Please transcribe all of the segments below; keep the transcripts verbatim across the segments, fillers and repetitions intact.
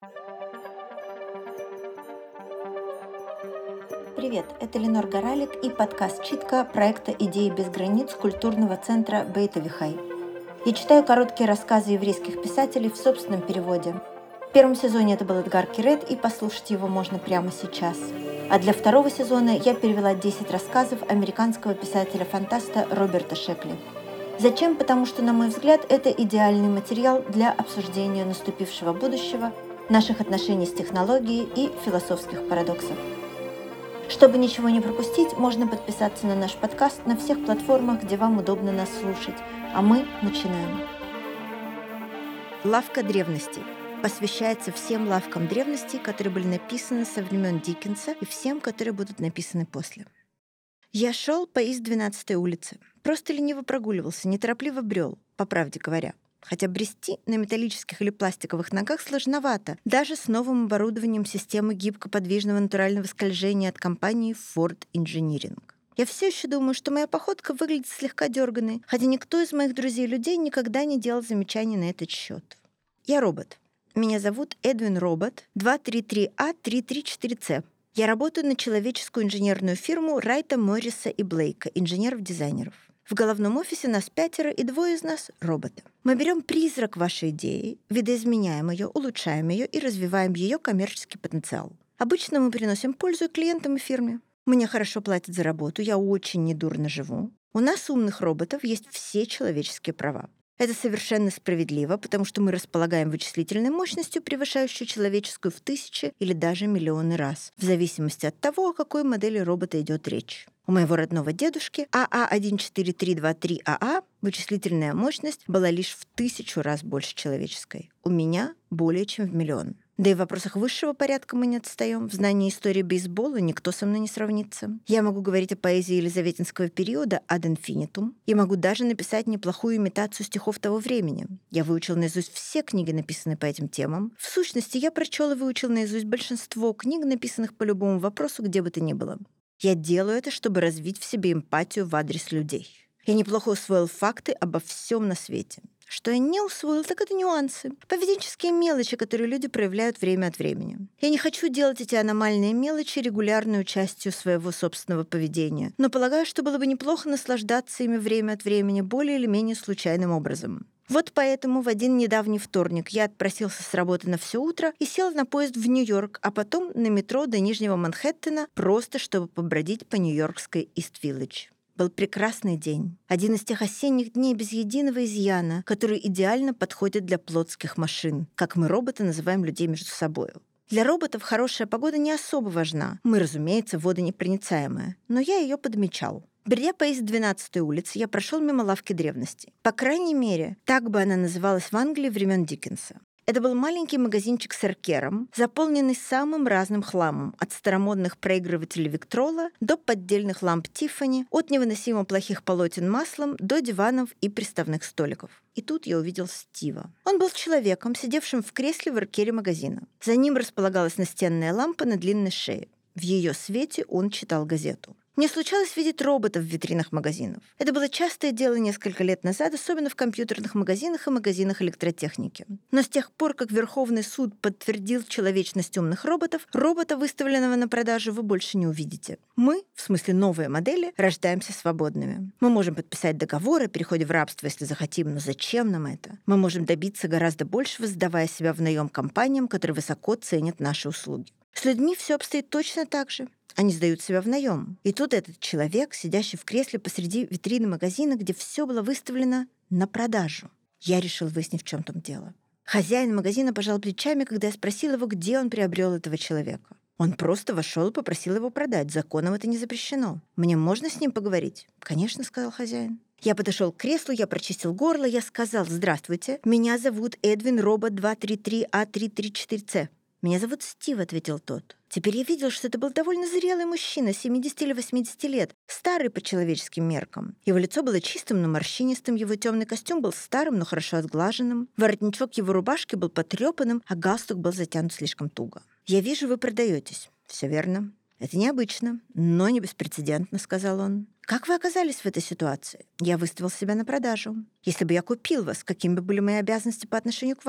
Привет, это Ленор Горалик и подкаст «Читка» проекта «Идеи без границ» культурного центра Бейт Авихай. Я читаю короткие рассказы еврейских писателей в собственном переводе. В первом сезоне это был Эдгар Кирет, и послушать его можно прямо сейчас. А для второго сезона я перевела десять рассказов американского писателя-фантаста Роберта Шекли. Зачем? Потому что, на мой взгляд, это идеальный материал для обсуждения наступившего будущего, наших отношений с технологией и философских парадоксов. Чтобы ничего не пропустить, можно подписаться на наш подкаст на всех платформах, где вам удобно нас слушать. А мы начинаем. Лавка древностей посвящается всем лавкам древностей, которые были написаны со времен Диккенса, и всем, которые будут написаны после. Я шел по Ист двенадцатой улице. Просто лениво прогуливался, неторопливо брел, по правде говоря. Хотя брести на металлических или пластиковых ногах сложновато, даже с новым оборудованием системы гибко-подвижного натурального скольжения от компании Ford Engineering. Я все еще думаю, что моя походка выглядит слегка дерганой, хотя никто из моих друзей-людей никогда не делал замечаний на этот счет. Я робот. Меня зовут Эдвин Робот, два три три А три три четыре С. Я работаю на человеческую инженерную фирму Райта, Морриса и Блейка, инженеров-дизайнеров. В головном офисе нас пятеро, и двое из нас — роботы. Мы берем призрак вашей идеи, видоизменяем ее, улучшаем ее и развиваем ее коммерческий потенциал. Обычно мы приносим пользу и клиентам, и фирме. Мне хорошо платят за работу, я очень недурно живу. У нас, умных роботов, есть все человеческие права. Это совершенно справедливо, потому что мы располагаем вычислительной мощностью, превышающей человеческую в тысячи или даже миллионы раз, в зависимости от того, о какой модели робота идет речь. У моего родного дедушки А А один четыре три два три А А вычислительная мощность была лишь в тысячу раз больше человеческой. У меня более чем в миллион. Да и в вопросах высшего порядка мы не отстаем. В знании истории бейсбола никто со мной не сравнится. Я могу говорить о поэзии елизаветинского периода ad infinitum. Я могу даже написать неплохую имитацию стихов того времени. Я выучил наизусть все книги, написанные по этим темам. В сущности, я прочел и выучил наизусть большинство книг, написанных по любому вопросу, где бы то ни было. Я делаю это, чтобы развить в себе эмпатию в адрес людей. Я неплохо усвоил факты обо всем на свете. Что я не усвоил, так это нюансы. Поведенческие мелочи, которые люди проявляют время от времени. Я не хочу делать эти аномальные мелочи регулярной частью своего собственного поведения, но полагаю, что было бы неплохо наслаждаться ими время от времени более или менее случайным образом. Вот поэтому в один недавний вторник я отпросился с работы на все утро и сел на поезд в Нью-Йорк, а потом на метро до Нижнего Манхэттена, просто чтобы побродить по нью-йоркской Ист-Виллидж. Был прекрасный день. Один из тех осенних дней без единого изъяна, которые идеально подходят для плотских машин, как мы, роботы, называем людей между собой. Для роботов хорошая погода не особо важна. Мы, разумеется, водонепроницаемые. Но я ее подмечал. Бредя по Ист двенадцатой улице, я прошел мимо лавки древностей. По крайней мере, так бы она называлась в Англии времен Диккенса. Это был маленький магазинчик с эркером, заполненный самым разным хламом, от старомодных проигрывателей Виктрола до поддельных ламп Тиффани, от невыносимо плохих полотен маслом до диванов и приставных столиков. И тут я увидел Стива. Он был человеком, сидевшим в кресле в эркере магазина. За ним располагалась настенная лампа на длинной шее. В ее свете он читал газету. Мне случалось видеть роботов в витринах магазинов. Это было частое дело несколько лет назад, особенно в компьютерных магазинах и магазинах электротехники. Но с тех пор, как Верховный суд подтвердил человечность умных роботов, робота, выставленного на продажу, вы больше не увидите. Мы, в смысле новые модели, рождаемся свободными. Мы можем подписать договор о переходе в рабство, если захотим, но зачем нам это? Мы можем добиться гораздо большего, сдавая себя в наем компаниям, которые высоко ценят наши услуги. С людьми все обстоит точно так же. Они сдают себя в наем. И тут этот человек, сидящий в кресле посреди витрины магазина, где все было выставлено на продажу. Я решил выяснить, в чем там дело. Хозяин магазина пожал плечами, когда я спросил его, где он приобрел этого человека. Он просто вошел и попросил его продать. Законом это не запрещено. Мне можно с ним поговорить? Конечно, сказал хозяин. Я подошел к креслу, я прочистил горло, я сказал: «Здравствуйте, меня зовут Эдвин Робот два три три А три три четыре С». «Меня зовут Стив», — ответил тот. Теперь я видел, что это был довольно зрелый мужчина, семидесяти или восьмидесяти лет, старый по человеческим меркам. Его лицо было чистым, но морщинистым, его темный костюм был старым, но хорошо отглаженным, воротничок его рубашки был потрепанным, а галстук был затянут слишком туго. «Я вижу, вы продаетесь». «Все верно». «Это необычно, но не беспрецедентно», — сказал он. «Как вы оказались в этой ситуации?» «Я выставил себя на продажу. Если бы я купил вас, какими бы были мои обязанности по отношению к вам?»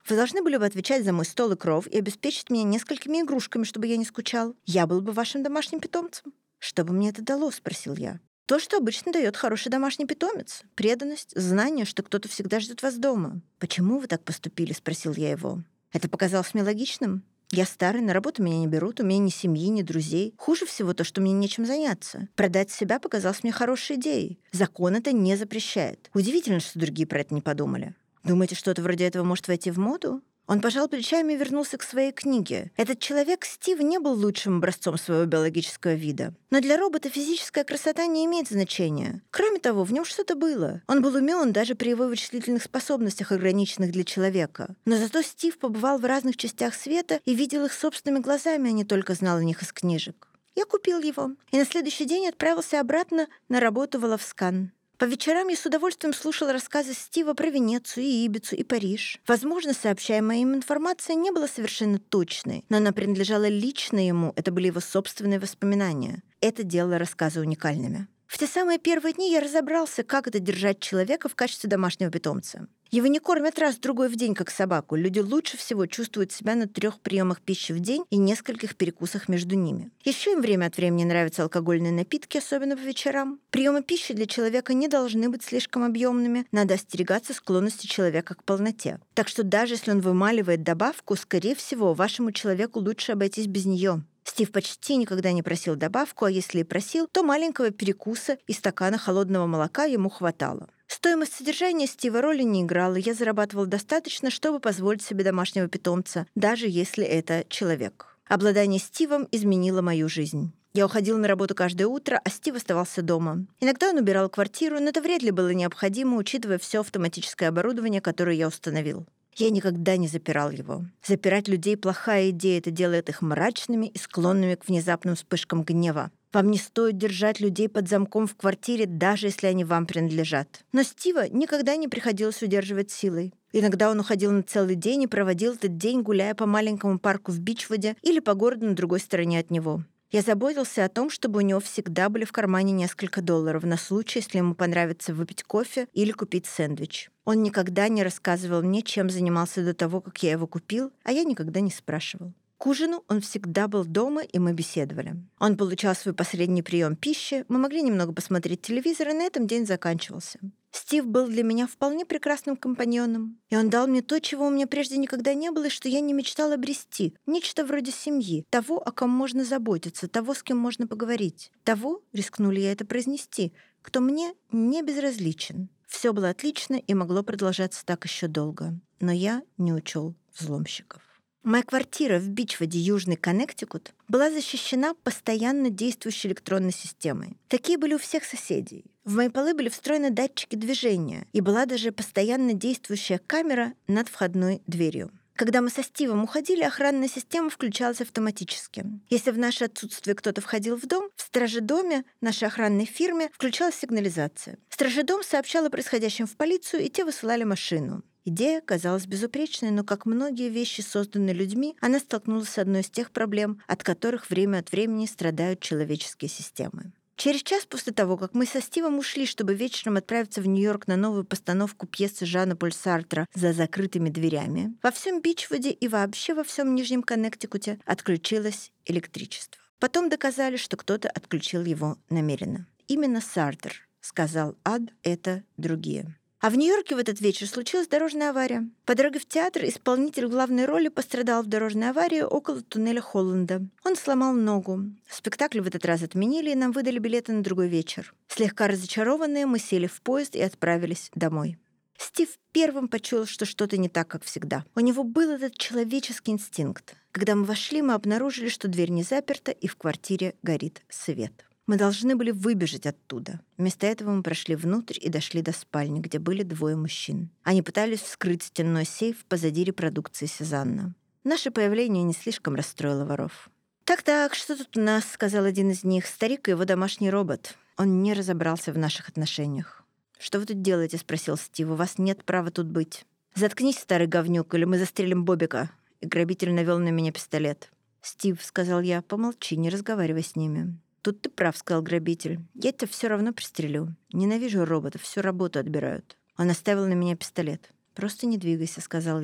Вы должны были бы отвечать за мой стол и кров и обеспечить меня несколькими игрушками, чтобы я не скучал. Я был бы вашим домашним питомцем». «Что бы мне это дало?» — спросил я. «То, что обычно дает хороший домашний питомец. Преданность, знание, что кто-то всегда ждет вас дома». «Почему вы так поступили?» — спросил я его. «Это показалось мне логичным. Я старый, на работу меня не берут, у меня ни семьи, ни друзей. Хуже всего то, что мне нечем заняться. Продать себя показалось мне хорошей идеей. Закон это не запрещает. Удивительно, что другие про это не подумали. Думаете, что-то вроде этого может войти в моду?» Он пожал плечами и вернулся к своей книге. Этот человек, Стив, не был лучшим образцом своего биологического вида. Но для робота физическая красота не имеет значения. Кроме того, в нем что-то было. Он был умен даже при его вычислительных способностях, ограниченных для человека. Но зато Стив побывал в разных частях света и видел их собственными глазами, а не только знал о них из книжек. Я купил его и на следующий день отправился обратно на работу в Оловскан. По вечерам я с удовольствием слушала рассказы Стива про Венецию, и Ибицу, и Париж. Возможно, сообщаемая им информация не была совершенно точной, но она принадлежала лично ему, это были его собственные воспоминания. Это делало рассказы уникальными. В те самые первые дни я разобрался, как это держать человека в качестве домашнего питомца. Его не кормят раз-другой в день, как собаку. Люди лучше всего чувствуют себя на трех приемах пищи в день и нескольких перекусах между ними. Еще им время от времени нравятся алкогольные напитки, особенно по вечерам. Приемы пищи для человека не должны быть слишком объемными. Надо остерегаться склонности человека к полноте. Так что даже если он вымаливает добавку, скорее всего, вашему человеку лучше обойтись без нее. Стив почти никогда не просил добавку, а если и просил, то маленького перекуса и стакана холодного молока ему хватало. Стоимость содержания Стива роли не играла, я зарабатывал достаточно, чтобы позволить себе домашнего питомца, даже если это человек. Обладание Стивом изменило мою жизнь. Я уходила на работу каждое утро, а Стив оставался дома. Иногда он убирал квартиру, но это вряд ли было необходимо, учитывая все автоматическое оборудование, которое я установил. Я никогда не запирал его. Запирать людей — плохая идея, это делает их мрачными и склонными к внезапным вспышкам гнева. Вам не стоит держать людей под замком в квартире, даже если они вам принадлежат. Но Стива никогда не приходилось удерживать силой. Иногда он уходил на целый день и проводил этот день, гуляя по маленькому парку в Бичвуде или по городу на другой стороне от него. Я заботился о том, чтобы у него всегда были в кармане несколько долларов на случай, если ему понравится выпить кофе или купить сэндвич. Он никогда не рассказывал мне, чем занимался до того, как я его купил, а я никогда не спрашивал. К ужину он всегда был дома, и мы беседовали. Он получал свой последний прием пищи, мы могли немного посмотреть телевизор, и на этом день заканчивался. Стив был для меня вполне прекрасным компаньоном, и он дал мне то, чего у меня прежде никогда не было, и что я не мечтала обрести. Нечто вроде семьи, того, о ком можно заботиться, того, с кем можно поговорить, того, рискнули я это произнести, кто мне не безразличен. Все было отлично и могло продолжаться так еще долго, но я не учел взломщиков. Моя квартира в Бичвуде, Южный Коннектикут, была защищена постоянно действующей электронной системой. Такие были у всех соседей. В мои полы были встроены датчики движения, и была даже постоянно действующая камера над входной дверью. Когда мы со Стивом уходили, охранная система включалась автоматически. Если в наше отсутствие кто-то входил в дом, в стражедоме, нашей охранной фирме, включалась сигнализация. Стражедом сообщал о происходящем в полицию, и те высылали машину. Идея казалась безупречной, но, как многие вещи, созданные людьми, она столкнулась с одной из тех проблем, от которых время от времени страдают человеческие системы. Через час после того, как мы со Стивом ушли, чтобы вечером отправиться в Нью-Йорк на новую постановку пьесы Жана-Поль Сартра «За закрытыми дверями», во всем Бичвуде и вообще во всем Нижнем Коннектикуте отключилось электричество. Потом доказали, что кто-то отключил его намеренно. Именно Сартр сказал «ад — это другие». А в Нью-Йорке в этот вечер случилась дорожная авария. По дороге в театр исполнитель главной роли пострадал в дорожной аварии около туннеля Холланда. Он сломал ногу. Спектакль в этот раз отменили, и нам выдали билеты на другой вечер. Слегка разочарованные, мы сели в поезд и отправились домой. Стив первым почуял, что что-то не так, как всегда. У него был этот человеческий инстинкт. Когда мы вошли, мы обнаружили, что дверь не заперта, и в квартире горит свет. Мы должны были выбежать оттуда. Вместо этого мы прошли внутрь и дошли до спальни, где были двое мужчин. Они пытались вскрыть стенной сейф позади репродукции Сезанна. Наше появление не слишком расстроило воров. «Так-так, что тут у нас?» — сказал один из них. «Старик и его домашний робот». Он не разобрался в наших отношениях. «Что вы тут делаете?» — спросил Стив. «У вас нет права тут быть». «Заткнись, старый говнюк, или мы застрелим Бобика». И грабитель навел на меня пистолет. «Стив», — сказал я, — «помолчи, не разговаривай с ними». «Тут ты прав», — сказал грабитель. «Я тебя все равно пристрелю. Ненавижу роботов, всю работу отбирают». Он наставил на меня пистолет. «Просто не двигайся», — сказал я.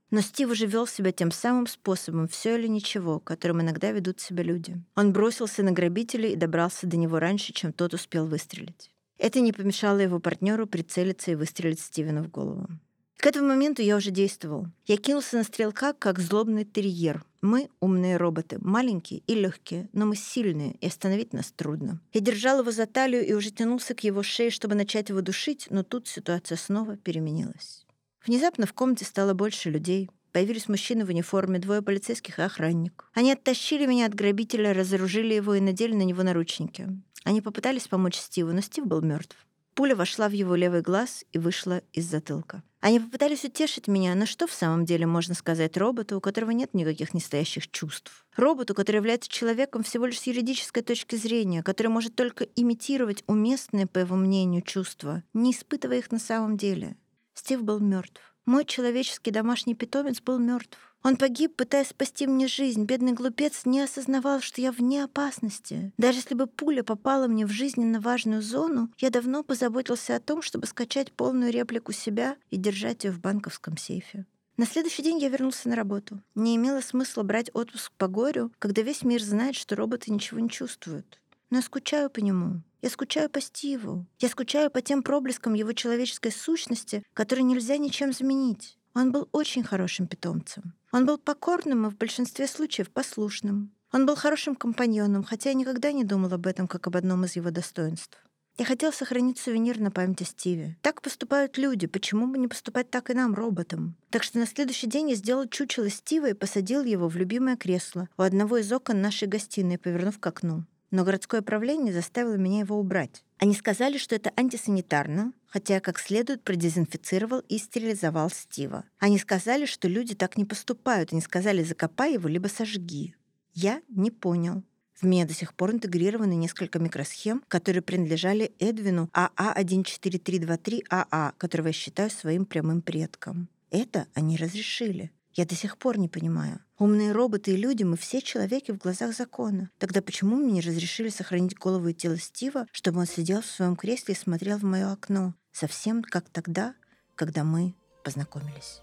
Но Стив уже вел себя тем самым способом «все или ничего», которым иногда ведут себя люди. Он бросился на грабителя и добрался до него раньше, чем тот успел выстрелить. Это не помешало его партнеру прицелиться и выстрелить Стивену в голову. К этому моменту я уже действовал. Я кинулся на стрелка, как злобный терьер. Мы — умные роботы, маленькие и легкие, но мы сильные, и остановить нас трудно. Я держал его за талию и уже тянулся к его шее, чтобы начать его душить, но тут ситуация снова переменилась. Внезапно в комнате стало больше людей. Появились мужчины в униформе, двое полицейских и охранник. Они оттащили меня от грабителя, разоружили его и надели на него наручники. Они попытались помочь Стиву, но Стив был мертв. Пуля вошла в его левый глаз и вышла из затылка. Они попытались утешить меня, но что в самом деле можно сказать роботу, у которого нет никаких настоящих чувств? Роботу, который является человеком всего лишь с юридической точки зрения, который может только имитировать уместные, по его мнению, чувства, не испытывая их на самом деле. Стив был мертв. Мой человеческий домашний питомец был мертв. Он погиб, пытаясь спасти мне жизнь. Бедный глупец не осознавал, что я вне опасности. Даже если бы пуля попала мне в жизненно важную зону, я давно позаботился о том, чтобы скачать полную реплику себя и держать ее в банковском сейфе. На следующий день я вернулся на работу. Не имело смысла брать отпуск по горю, когда весь мир знает, что роботы ничего не чувствуют. Но я скучаю по нему. Я скучаю по Стиву. Я скучаю по тем проблескам его человеческой сущности, которые нельзя ничем заменить. Он был очень хорошим питомцем. Он был покорным и в большинстве случаев послушным. Он был хорошим компаньоном, хотя я никогда не думал об этом как об одном из его достоинств. Я хотел сохранить сувенир на память о Стиве. Так поступают люди, почему бы не поступать так и нам, роботам? Так что на следующий день я сделал чучело Стива и посадил его в любимое кресло у одного из окон нашей гостиной, повернув к окну. Но городское правление заставило меня его убрать. Они сказали, что это антисанитарно, хотя я как следует продезинфицировал и стерилизовал Стива. Они сказали, что люди так не поступают. Они сказали, закопай его, либо сожги. Я не понял. В меня до сих пор интегрированы несколько микросхем, которые принадлежали Эдвину А А один четыре три два три А А, которого я считаю своим прямым предком. Это они разрешили. Я до сих пор не понимаю. Умные роботы и люди, мы все человеки в глазах закона. Тогда почему мне не разрешили сохранить голову и тело Стива, чтобы он сидел в своем кресле и смотрел в мое окно? Совсем как тогда, когда мы познакомились.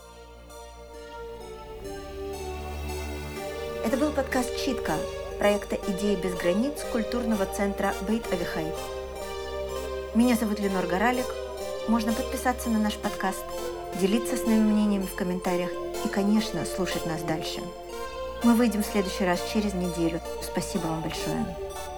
Это был подкаст «Читка» проекта «Идеи без границ» культурного центра Бейт Авихай. Меня зовут Ленор Горалик. Можно подписаться на наш подкаст, делиться своими мнениями в комментариях и, конечно, слушать нас дальше. Мы выйдем в следующий раз через неделю. Спасибо вам большое.